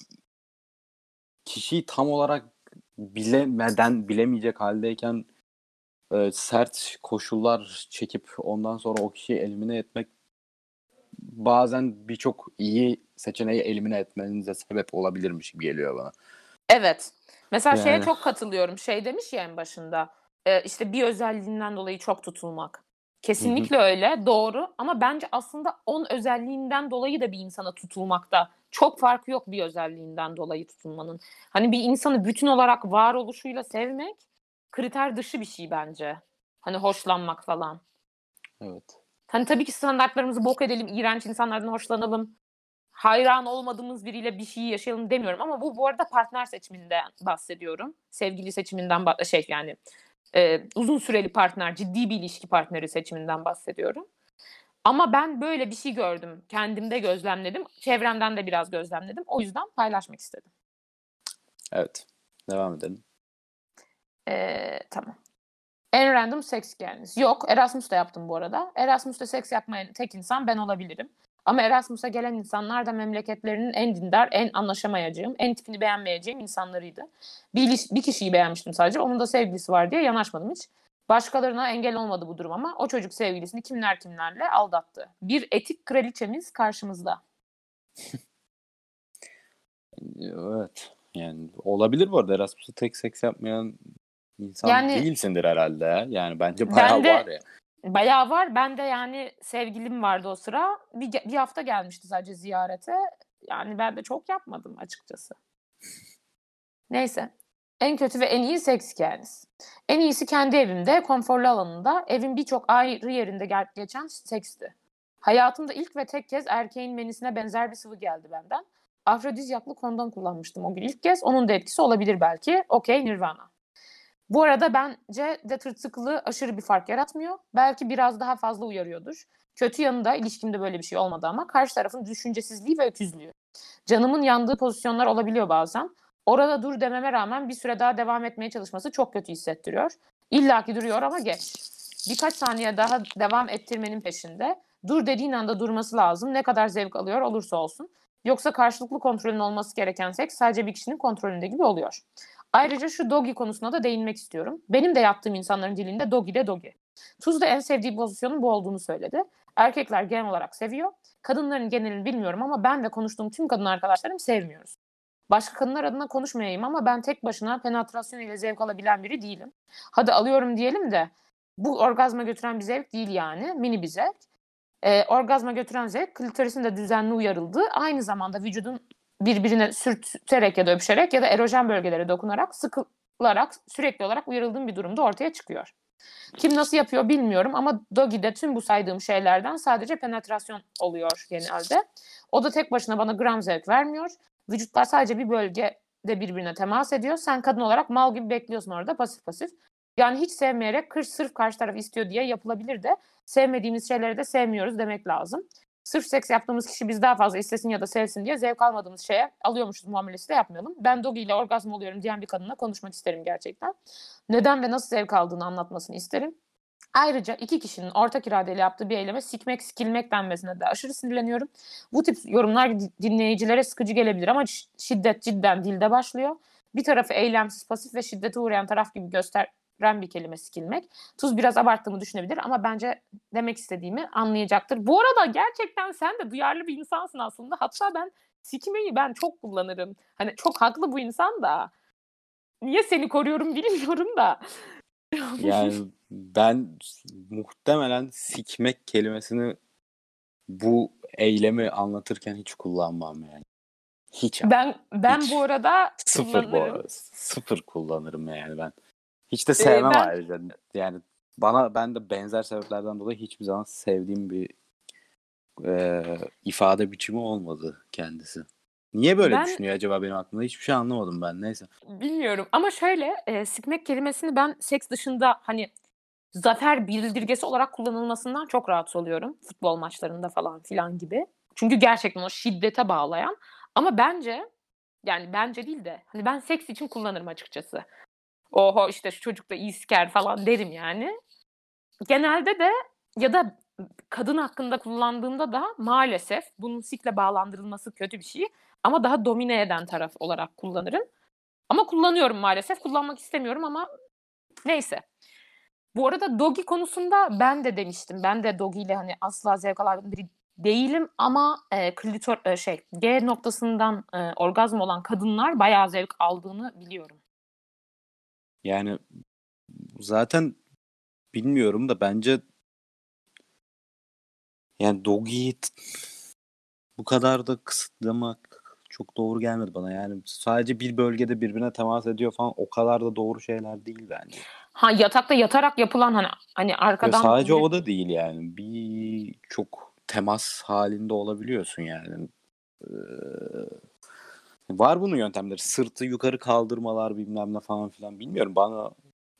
Speaker 3: kişiyi tam olarak bilemeden bilemeyecek haldeyken e, sert koşullar çekip ondan sonra o kişiyi elimine etmek bazen birçok iyi seçeneği elimine etmenize sebep olabilirmiş gibi geliyor bana.
Speaker 2: Evet. Mesela şeye
Speaker 3: Yani
Speaker 2: çok katılıyorum. Şey demiş ya en başında. e, işte bir özelliğinden dolayı çok tutulmak.
Speaker 3: hı hı.
Speaker 2: Kesinlikle öyle. Doğru. Ama bence aslında on özelliğinden dolayı da bir insana tutulmakta çok farkı yok bir özelliğinden dolayı tutulmanın. Hani bir insanı bütün olarak varoluşuyla sevmek kriter dışı bir şey bence. Hani hoşlanmak falan.
Speaker 3: Evet.
Speaker 2: Hani tabii ki standartlarımızı bok edelim, iğrenç insanlardan hoşlanalım, hayran olmadığımız biriyle bir şeyi yaşayalım demiyorum ama bu bu arada partner seçiminden bahsediyorum. Sevgili seçiminden bah- şey yani e, uzun süreli partner, ciddi bir ilişki partneri seçiminden bahsediyorum. Ama ben böyle bir şey gördüm. Kendimde gözlemledim. Çevremden de biraz gözlemledim. O yüzden paylaşmak istedim.
Speaker 3: Evet. Devam edelim.
Speaker 2: Ee, tamam. En random seks hikayeniz. Yok. Erasmus'ta yaptım bu arada. Erasmus'ta seks yapmayan tek insan ben olabilirim. Ama Erasmus'a gelen insanlar da memleketlerinin en dindar, en anlaşamayacağım, en tipini beğenmeyeceğim insanlarıydı. Bir, iliş- bir kişiyi beğenmiştim sadece. Onun da sevgilisi var diye yanaşmadım hiç. Başkalarına engel olmadı bu durum ama o çocuk sevgilisini kimler kimlerle aldattı. Bir etik kraliçemiz karşımızda.
Speaker 3: Evet. Yani olabilir bu arada. Erasmus'ta tek seks yapmayan insan
Speaker 2: Yani
Speaker 3: değilsindir herhalde ya. Yani bence
Speaker 2: ben
Speaker 3: bayağı var
Speaker 2: de
Speaker 3: ya.
Speaker 2: bayağı var. Ben de yani sevgilim vardı o sıra. Bir, bir hafta gelmişti sadece ziyarete. Yani ben de çok yapmadım açıkçası. Neyse. En kötü ve en iyi seks hikayeniz. En iyisi kendi evimde, konforlu alanında, evin birçok ayrı yerinde ger- geçen seksti. Hayatımda ilk ve tek kez erkeğin menisine benzer bir sıvı geldi benden. Afrodizyaklı kondom kullanmıştım o gün ilk kez. Onun da etkisi olabilir belki. Okey, Nirvana. Bu arada bence de tırtıklı aşırı bir fark yaratmıyor. Belki biraz daha fazla uyarıyordur. Kötü yanı da ilişkimde böyle bir şey olmadı ama karşı tarafın düşüncesizliği ve öküzlüğü. Canımın yandığı pozisyonlar olabiliyor bazen. Orada dur dememe rağmen bir süre daha devam etmeye çalışması çok kötü hissettiriyor. İlla ki duruyor ama geç. Birkaç saniye daha devam ettirmenin peşinde. Dur dediğin anda durması lazım. Ne kadar zevk alıyor olursa olsun. Yoksa karşılıklı kontrolün olması gereken seks sadece bir kişinin kontrolünde gibi oluyor. Ayrıca şu doggy konusuna da değinmek istiyorum. Benim de yaptığım insanların dilinde doggy de doggy. Tuz da en sevdiği pozisyonun bu olduğunu söyledi. Erkekler genel olarak seviyor. Kadınların genelini bilmiyorum ama ben ve konuştuğum tüm kadın arkadaşlarım sevmiyoruz. Başka kadınlar adına konuşmayayım ama ben tek başına penetrasyon ile zevk alabilen biri değilim. Hadi alıyorum diyelim de bu orgazma götüren bir zevk değil yani. Mini bir zevk. Ee, orgazma götüren zevk klitorisin de düzenli uyarıldığı, aynı zamanda vücudun birbirine sürterek ya da öpüşerek ya da erojen bölgelere dokunarak, sıkılarak, sürekli olarak uyarıldığım bir durumda ortaya çıkıyor. Kim nasıl yapıyor bilmiyorum ama doggy'de tüm bu saydığım şeylerden sadece penetrasyon oluyor genelde. O da tek başına bana gram zevk vermiyor. Vücutlar sadece bir bölgede birbirine temas ediyor. Sen kadın olarak mal gibi bekliyorsun orada pasif pasif. Yani hiç sevmeyerek kır sırf karşı taraf istiyor diye yapılabilir de sevmediğimiz şeyleri de sevmiyoruz demek lazım. Sırf seks yaptığımız kişi biz daha fazla istesin ya da sevsin diye zevk almadığımız şeye alıyormuşuz muamelesi de yapmayalım. Ben doggy ile orgazm oluyorum diyen bir kadınla konuşmak isterim gerçekten. Neden ve nasıl zevk aldığını anlatmasını isterim. Ayrıca iki kişinin ortak iradeyle yaptığı bir eyleme sikmek, sikilmek denmesine de aşırı sinirleniyorum. Bu tip yorumlar dinleyicilere sıkıcı gelebilir ama şiddet cidden dilde başlıyor. Bir tarafı eylemsiz, pasif ve şiddete uğrayan taraf gibi gösteren bir kelime sikilmek. Tuz biraz abarttığımı düşünebilir ama bence demek istediğimi anlayacaktır. Bu arada gerçekten sen de duyarlı bir insansın aslında. Hatta ben sikmeyi ben çok kullanırım. Hani çok haklı bu insan da. Niye seni koruyorum bilmiyorum da.
Speaker 3: Yani ben muhtemelen sikmek kelimesini bu eylemi anlatırken hiç kullanmam yani. Hiç ama.
Speaker 2: Ben ben
Speaker 3: Hiç.
Speaker 2: bu arada
Speaker 3: Sıfır bu
Speaker 2: kullanırım.
Speaker 3: arada. Sıfır kullanırım yani ben. Hiç de sevmem
Speaker 2: Ee, ben-
Speaker 3: ayrıca. Yani bana ben de benzer sebeplerden dolayı hiçbir zaman sevdiğim bir e, ifade biçimi olmadı kendisi. Niye böyle
Speaker 2: Ben-
Speaker 3: düşünüyor acaba benim aklımda? Hiçbir şey anlamadım ben. Neyse.
Speaker 2: Bilmiyorum ama şöyle e, sikmek kelimesini ben seks dışında hani zafer bildirgesi olarak kullanılmasından çok rahatsız oluyorum. Futbol maçlarında falan filan gibi. Çünkü gerçekten o şiddete bağlayan. Ama bence yani bence değil de hani ben seks için kullanırım açıkçası. Oho işte şu çocuk da iyi siker falan derim yani. Genelde de ya da kadın hakkında kullandığımda da maalesef bunun sikle bağlandırılması kötü bir şey. Ama daha domine eden taraf olarak kullanırım. Ama kullanıyorum maalesef. Kullanmak istemiyorum ama neyse. Bu arada doggy konusunda ben de demiştim. Ben de doggy ile hani asla zevk alan biri değilim ama e, klitor e, şey G noktasından e, orgazm olan kadınlar bayağı zevk aldığını biliyorum.
Speaker 3: Yani zaten bilmiyorum da bence yani doggy'yi t- bu kadar da kısıtlamak çok doğru gelmedi bana. Yani sadece bir bölgede birbirine temas ediyor falan, o kadar da doğru şeyler değil bence.
Speaker 2: Ha yatakta yatarak yapılan hani hani
Speaker 3: Ya
Speaker 2: arkadan
Speaker 3: sadece
Speaker 2: bir-
Speaker 3: o da değil yani. Bir çok temas halinde olabiliyorsun yani. Ee, var bunun yöntemleri. Sırtı yukarı kaldırmalar bilmem ne falan filan. Bilmiyorum bana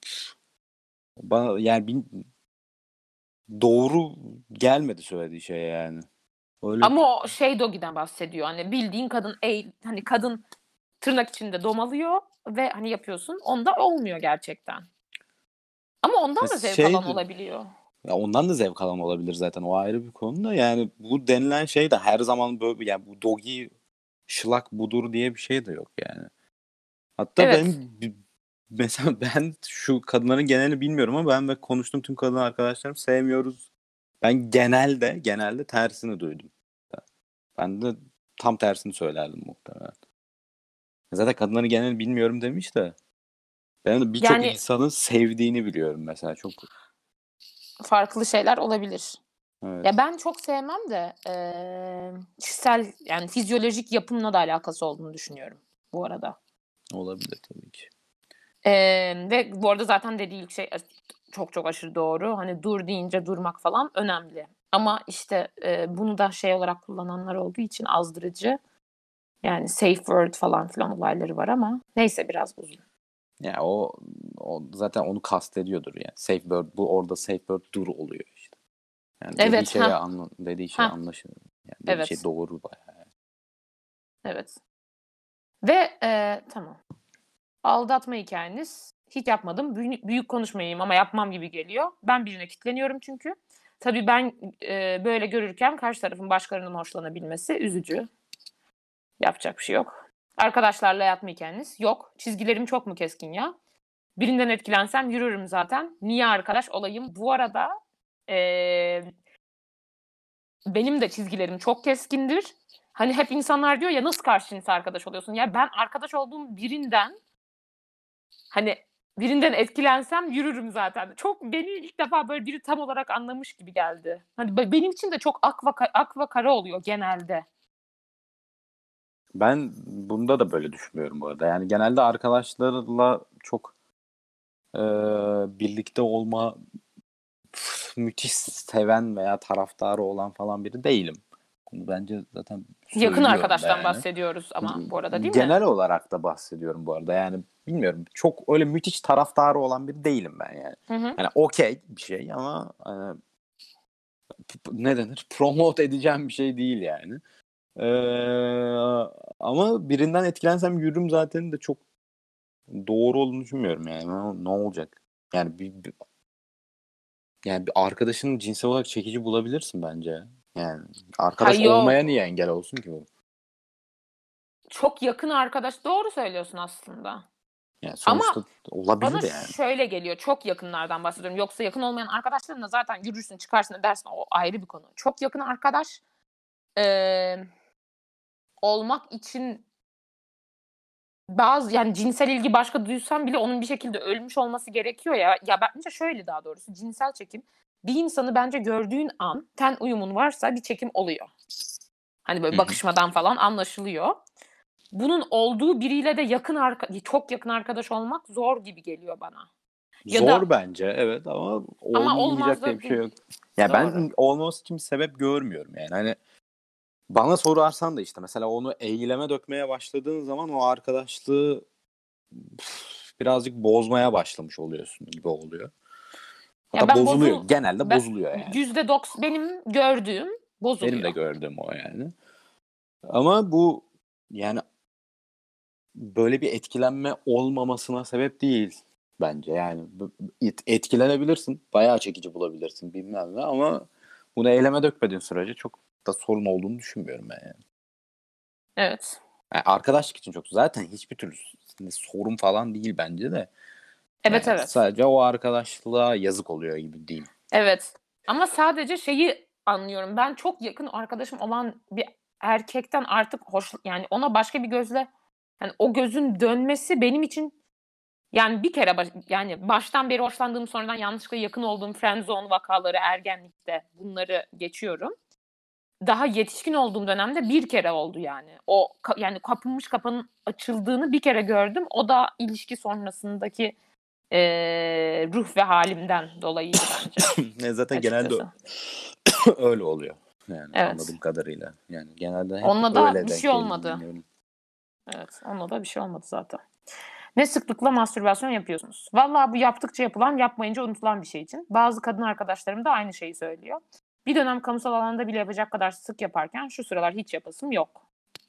Speaker 3: bana yani bil- doğru gelmedi söylediği şey yani. Öyle
Speaker 2: ama o şey doggy'den bahsediyor. Hani bildiğin kadın eğ, hani kadın tırnak içinde domalıyor ve hani yapıyorsun. Onda olmuyor gerçekten. Ama ondan da zevk
Speaker 3: şey
Speaker 2: alan olabiliyor.
Speaker 3: ya ondan da zevk alan olabilir zaten. O ayrı bir konu da yani bu denilen şey de her zaman böyle yani bu doggy şılak budur diye bir şey de yok yani. Hatta
Speaker 2: Evet.
Speaker 3: benim bi- mesela ben şu kadınların genelini bilmiyorum ama ben ve konuştuğum tüm kadın arkadaşlarım sevmiyoruz. Ben genelde genelde tersini duydum. Ben de tam tersini söylerdim muhtemelen. Zaten kadınların genelini bilmiyorum demiş de ben de birçok
Speaker 2: Yani-
Speaker 3: insanın sevdiğini biliyorum mesela çok.
Speaker 2: Farklı şeyler olabilir.
Speaker 3: Evet.
Speaker 2: Ya ben çok sevmem de eee kişisel yani fizyolojik yapımla da alakası olduğunu düşünüyorum bu arada.
Speaker 3: Olabilir tabii ki.
Speaker 2: Eee, ve bu arada zaten dediği ilk şey çok çok aşırı doğru. Hani dur deyince durmak falan önemli. Ama işte eee, bunu da şey olarak kullananlar olduğu için azdırıcı. Yani safe word falan filan olayları var ama neyse biraz uzun.
Speaker 3: Ya o, o zaten onu kastediyordur yani. Safe word bu orada safe word dur oluyor işte. Yani dediği
Speaker 2: Evet,
Speaker 3: şeye
Speaker 2: ha.
Speaker 3: anla, dediği şey
Speaker 2: Ha.
Speaker 3: anlaşılıyor. Yani dediği
Speaker 2: Evet.
Speaker 3: şey doğru bayağı.
Speaker 2: Evet. Ve eee, tamam. Aldatma hikayeniz. Hiç yapmadım. Büyük, büyük konuşmayayım ama yapmam gibi geliyor. Ben birine kitleniyorum çünkü. Tabii ben e, böyle görürken karşı tarafın başkalarının hoşlanabilmesi üzücü. Yapacak bir şey yok. Arkadaşlarla yatma hikayeniz yok. Çizgilerim çok mu keskin ya? Birinden etkilensem yürürüm zaten. Niye arkadaş olayım? Bu arada eee, benim de çizgilerim çok keskindir. Hani hep insanlar diyor ya nasıl karşı cinsle arkadaş oluyorsun? Ya ben arkadaş olduğum birinden hani birinden etkilensem yürürüm zaten. Çok beni ilk defa böyle biri tam olarak anlamış gibi geldi. Hani be- benim için de çok ak ve, ka- ak ve kara oluyor genelde.
Speaker 3: Ben bunda da böyle düşünmüyorum bu arada. Yani genelde arkadaşlarla çok e, birlikte olma pf, müthiş seven veya taraftarı olan falan biri değilim. Bunu bence zaten
Speaker 2: Yakın
Speaker 3: söylüyorum da
Speaker 2: arkadaştan
Speaker 3: yani.
Speaker 2: bahsediyoruz ama bu arada değil mi?
Speaker 3: Genel olarak da bahsediyorum bu arada. Yani bilmiyorum. Çok öyle müthiş taraftarı olan biri değilim ben yani.
Speaker 2: Hı hı.
Speaker 3: Yani okey bir şey ama hani, p- p- ne denir? Promote edeceğim bir şey değil yani. Ee, ama birinden etkilensem yürürüm zaten de çok doğru olduğunu düşünmüyorum yani. Ne, ne olacak? Yani bir, bir- yani bir arkadaşını cinsel olarak çekici bulabilirsin bence. Yani arkadaş
Speaker 2: Hayır yok.
Speaker 3: olmaya niye engel olsun ki bu?
Speaker 2: Çok yakın arkadaş. Doğru söylüyorsun aslında.
Speaker 3: Yani
Speaker 2: Ama
Speaker 3: sonuçta olabilir
Speaker 2: bana
Speaker 3: yani.
Speaker 2: şöyle geliyor. Çok yakınlardan bahsediyorum. Yoksa yakın olmayan arkadaşlarınla zaten yürürsün, çıkarsın, edersin. O ayrı bir konu. Çok yakın arkadaş eee, olmak için bazı yani cinsel ilgi başka duysam bile onun bir şekilde ölmüş olması gerekiyor ya. Ya bence şöyle daha doğrusu cinsel çekim bir insanı bence gördüğün an ten uyumun varsa bir çekim oluyor. Hani
Speaker 3: Hı
Speaker 2: böyle
Speaker 3: hı.
Speaker 2: bakışmadan falan anlaşılıyor. Bunun olduğu biriyle de yakın arka çok yakın arkadaş olmak zor gibi geliyor bana. Ya
Speaker 3: Zor
Speaker 2: da
Speaker 3: bence evet ama
Speaker 2: ama olmaz
Speaker 3: olmayacak diye
Speaker 2: da
Speaker 3: bir şey
Speaker 2: değil.
Speaker 3: yok. Ya
Speaker 2: Doğru.
Speaker 3: ben olmaması için bir sebep görmüyorum yani. Hani bana sorarsan da işte mesela onu eyleme dökmeye başladığın zaman o arkadaşlığı püf, birazcık bozmaya başlamış oluyorsun gibi oluyor.
Speaker 2: Ya
Speaker 3: Hatta
Speaker 2: ben
Speaker 3: bozuluyor.
Speaker 2: bozul
Speaker 3: Genelde
Speaker 2: ben
Speaker 3: bozuluyor yani.
Speaker 2: yüzde doksan benim gördüğüm
Speaker 3: Benim de
Speaker 2: bozuluyor.
Speaker 3: gördüğüm o yani. Ama bu yani böyle bir etkilenme olmamasına sebep değil bence. Yani bu- et- etkilenebilirsin. Bayağı çekici bulabilirsin bilmem ne ama bunu eyleme dökmediğin sürece çok da sorun olduğunu düşünmüyorum ben yani.
Speaker 2: Evet.
Speaker 3: Yani arkadaşlık için çok zaten hiçbir türlü sorun falan değil bence de.
Speaker 2: Evet
Speaker 3: Yani
Speaker 2: evet.
Speaker 3: sadece o arkadaşlığa yazık oluyor gibi diyeyim.
Speaker 2: Evet. Ama sadece şeyi anlıyorum. Ben çok yakın arkadaşım olan bir erkekten artık hoş yani ona başka bir gözle yani o gözün dönmesi benim için yani bir kere baş, yani baştan beri hoşlandığım sonradan yanlışlıkla yakın olduğum friendzone vakaları ergenlikte bunları geçiyorum. Daha yetişkin olduğum dönemde bir kere oldu yani. O ka- yani kapılmış kapının açıldığını bir kere gördüm. O da ilişki sonrasındaki eee, ruh ve halimden dolayıydı bence
Speaker 3: Ne zaten genelde
Speaker 2: açıkçası.
Speaker 3: öyle oluyor. Yani
Speaker 2: Evet.
Speaker 3: anladığım kadarıyla. Yani genelde hep
Speaker 2: Onunla da
Speaker 3: öyle
Speaker 2: bir
Speaker 3: denk
Speaker 2: şey olmadı.
Speaker 3: geliyor.
Speaker 2: Evet, onunla da bir şey olmadı zaten. Ne sıklıkla mastürbasyon yapıyorsunuz? Vallahi bu yaptıkça yapılan, yapmayınca unutulan bir şey için. Bazı kadın arkadaşlarım da aynı şeyi söylüyor. Bir dönem kamusal alanda bile yapacak kadar sık yaparken şu sıralar hiç yapasım yok.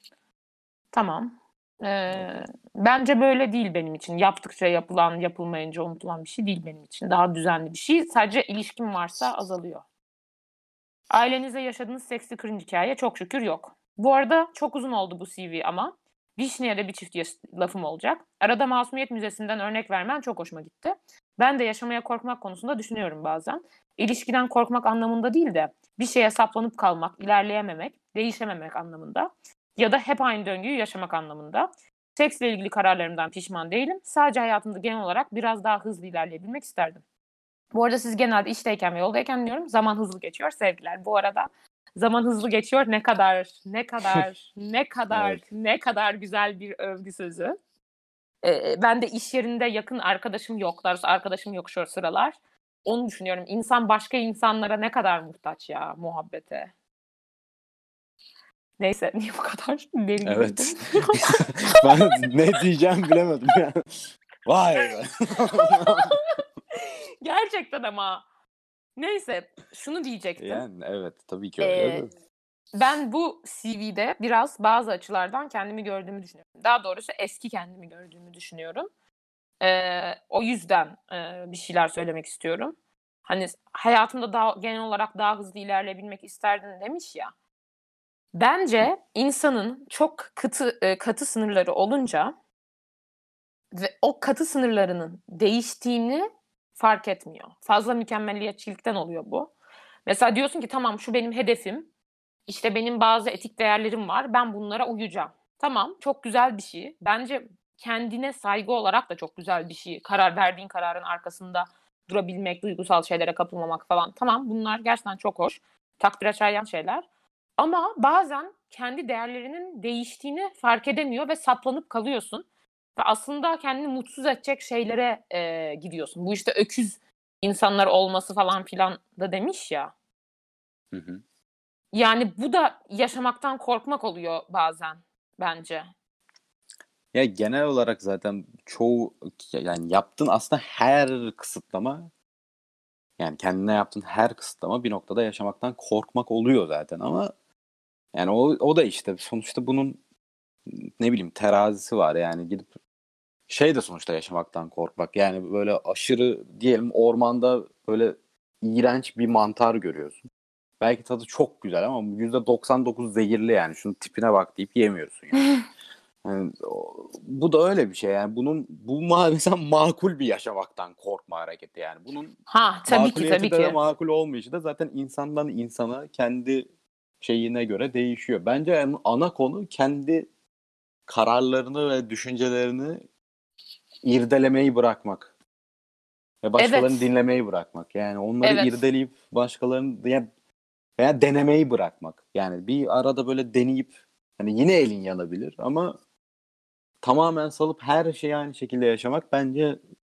Speaker 2: Tamam. Ee, bence böyle değil benim için. Yaptıkça yapılan, yapılmayınca unutulan bir şey değil benim için. Daha düzenli bir şey. Sadece ilişkim varsa azalıyor. Ailenizde yaşadığınız seksli cringe hikaye çok şükür yok. Bu arada çok uzun oldu bu C V ama Vişne'ye de bir çift yaş- lafım olacak. Arada Masumiyet Müzesi'nden örnek vermen çok hoşuma gitti. Ben de yaşamaya korkmak konusunda düşünüyorum bazen. İlişkiden korkmak anlamında değil de bir şeye saplanıp kalmak, ilerleyememek, değişememek anlamında. Ya da hep aynı döngüyü yaşamak anlamında. Seksle ilgili kararlarımdan pişman değilim. Sadece hayatımda genel olarak biraz daha hızlı ilerleyebilmek isterdim. Bu arada siz genelde işteyken ve yoldayken diyorum. Zaman hızlı geçiyor sevgiler. Bu arada zaman hızlı geçiyor. Ne kadar, ne kadar, ne kadar,
Speaker 3: Evet.
Speaker 2: ne kadar güzel bir övgü sözü. Ee, ben de iş yerinde yakın arkadaşım yok. Daha doğrusu arkadaşım yok şu sıralar. Onu düşünüyorum. İnsan başka insanlara ne kadar muhtaç ya muhabbete. Neyse niye bu kadar derin
Speaker 3: Evet.
Speaker 2: girdim?
Speaker 3: Ben ne diyeceğim bilemedim ya. Vay be.
Speaker 2: Gerçekten ama. Neyse şunu diyecektim.
Speaker 3: Yani evet tabii ki öyle
Speaker 2: Ee,
Speaker 3: de.
Speaker 2: ben bu C V'de biraz bazı açılardan kendimi gördüğümü düşünüyorum. Daha doğrusu eski kendimi gördüğümü düşünüyorum. Ee, o yüzden e, bir şeyler söylemek istiyorum. Hani hayatımda daha genel olarak daha hızlı ilerleyebilmek isterdim demiş ya. Bence insanın çok katı e, katı sınırları olunca ve o katı sınırlarının değiştiğini fark etmiyor. Fazla mükemmeliyetçilikten oluyor bu. Mesela diyorsun ki tamam şu benim hedefim. İşte benim bazı etik değerlerim var. Ben bunlara uyacağım. Tamam, çok güzel bir şey. Bence kendine saygı olarak da çok güzel bir şey. Karar verdiğin kararın arkasında durabilmek, duygusal şeylere kapılmamak falan. Tamam, bunlar gerçekten çok hoş. Takdire şayan şeyler. Ama bazen kendi değerlerinin değiştiğini fark edemiyor ve saplanıp kalıyorsun. Ve aslında kendini mutsuz edecek şeylere e, gidiyorsun. Bu işte öküz insanlar olması falan filan da demiş ya.
Speaker 3: Hı hı.
Speaker 2: Yani bu da yaşamaktan korkmak oluyor bazen bence.
Speaker 3: Ya genel olarak zaten çoğu yani yaptığın aslında her kısıtlama yani kendine yaptığın her kısıtlama bir noktada yaşamaktan korkmak oluyor zaten ama yani o, o da işte sonuçta bunun ne bileyim terazisi var yani gidip şey de sonuçta yaşamaktan korkmak yani böyle aşırı diyelim ormanda böyle iğrenç bir mantar görüyorsun. Belki tadı çok güzel ama yüzde doksan dokuz zehirli yani şunun tipine bak deyip yemiyorsun yani. Yani o- bu da öyle bir şey yani bunun bu ma mesela makul bir yaşamaktan korkma hareketi yani bunun
Speaker 2: Ha tabii ki
Speaker 3: makuliyeti
Speaker 2: tabii
Speaker 3: de, de
Speaker 2: ki.
Speaker 3: makul olmayışı da zaten insandan insana kendi şeyine göre değişiyor. Bence yani ana konu kendi kararlarını ve düşüncelerini irdelemeyi bırakmak ve başkalarını
Speaker 2: Evet,
Speaker 3: dinlemeyi bırakmak. Yani onları
Speaker 2: evet.
Speaker 3: irdeleyip başkalarını veya, veya denemeyi bırakmak. Yani bir arada böyle deneyip hani yine elin yanabilir ama tamamen salıp her şeyi aynı şekilde yaşamak bence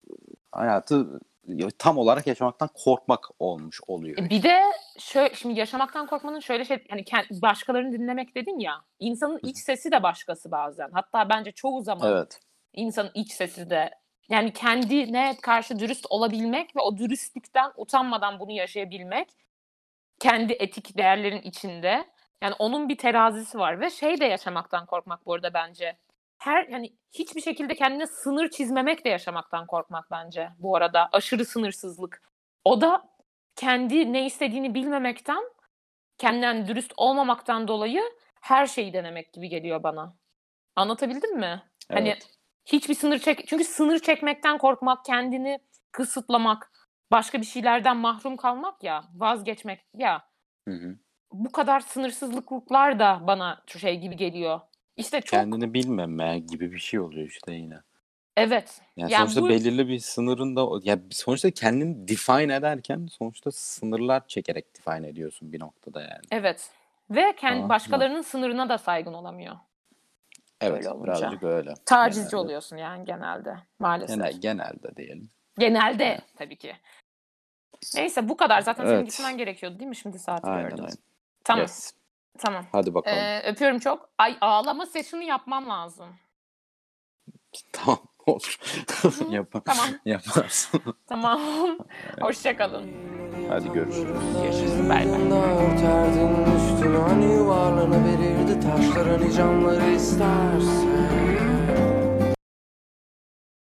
Speaker 3: hayatı tam olarak yaşamaktan korkmak olmuş oluyor
Speaker 2: E, Bir
Speaker 3: işte.
Speaker 2: de şöyle, şimdi yaşamaktan korkmanın şöyle şey hani kend- başkalarını dinlemek dedin ya. İnsanın
Speaker 3: Hı hı.
Speaker 2: iç sesi de başkası bazen. Hatta bence çoğu zaman
Speaker 3: Evet.
Speaker 2: insanın iç sesi de yani kendine karşı dürüst olabilmek ve o dürüstlükten utanmadan bunu yaşayabilmek kendi etik değerlerin içinde. Yani onun bir terazisi var ve şey de yaşamaktan korkmak bu arada bence. Her yani hiçbir şekilde kendine sınır çizmemek de yaşamaktan korkmak bence bu arada. Aşırı sınırsızlık. O da kendi ne istediğini bilmemekten, kendinden dürüst olmamaktan dolayı her şeyi denemek gibi geliyor bana. Anlatabildim mi? Hani
Speaker 3: Evet.
Speaker 2: hiçbir sınır çek çünkü sınır çekmekten korkmak, kendini kısıtlamak, başka bir şeylerden mahrum kalmak ya, vazgeçmek ya.
Speaker 3: Hı hı.
Speaker 2: Bu kadar sınırsızlıklar da bana şu şey gibi geliyor. İşte çok
Speaker 3: Kendini bilmeme gibi bir şey oluyor işte yine.
Speaker 2: evet.
Speaker 3: Yani
Speaker 2: Yani
Speaker 3: sonuçta
Speaker 2: bu
Speaker 3: belirli bir sınırın da ya sonuçta kendini define ederken sonuçta sınırlar çekerek define ediyorsun bir noktada yani.
Speaker 2: evet. Ve kendi
Speaker 3: Ama ya,
Speaker 2: başkalarının sınırına da saygın olamıyor öyle
Speaker 3: evet
Speaker 2: olunca.
Speaker 3: birazcık öyle
Speaker 2: Tacizci
Speaker 3: genelde.
Speaker 2: oluyorsun yani genelde maalesef.
Speaker 3: Genel, genelde diyelim.
Speaker 2: Genelde
Speaker 3: Evet.
Speaker 2: tabii ki. Neyse bu kadar. Zaten senin
Speaker 3: Evet.
Speaker 2: gitmen gerekiyordu değil mi? Şimdi saati
Speaker 3: Aynen
Speaker 2: gördüm.
Speaker 3: aynen.
Speaker 2: Tamam.
Speaker 3: Yes.
Speaker 2: Tamam.
Speaker 3: Hadi bakalım.
Speaker 2: Ee, öpüyorum çok. Ay ağlama sesini yapmam lazım.
Speaker 3: Tamam olur. Yap
Speaker 2: Tamam.
Speaker 3: yaparsın.
Speaker 2: Tamam. Hoşça kalın.
Speaker 3: Hadi görüşürüz.
Speaker 2: Görüşürüz. Bay bay.
Speaker 1: Örterdin üstüne hani yuvarlanıverirdi taşlar hani camları istersen.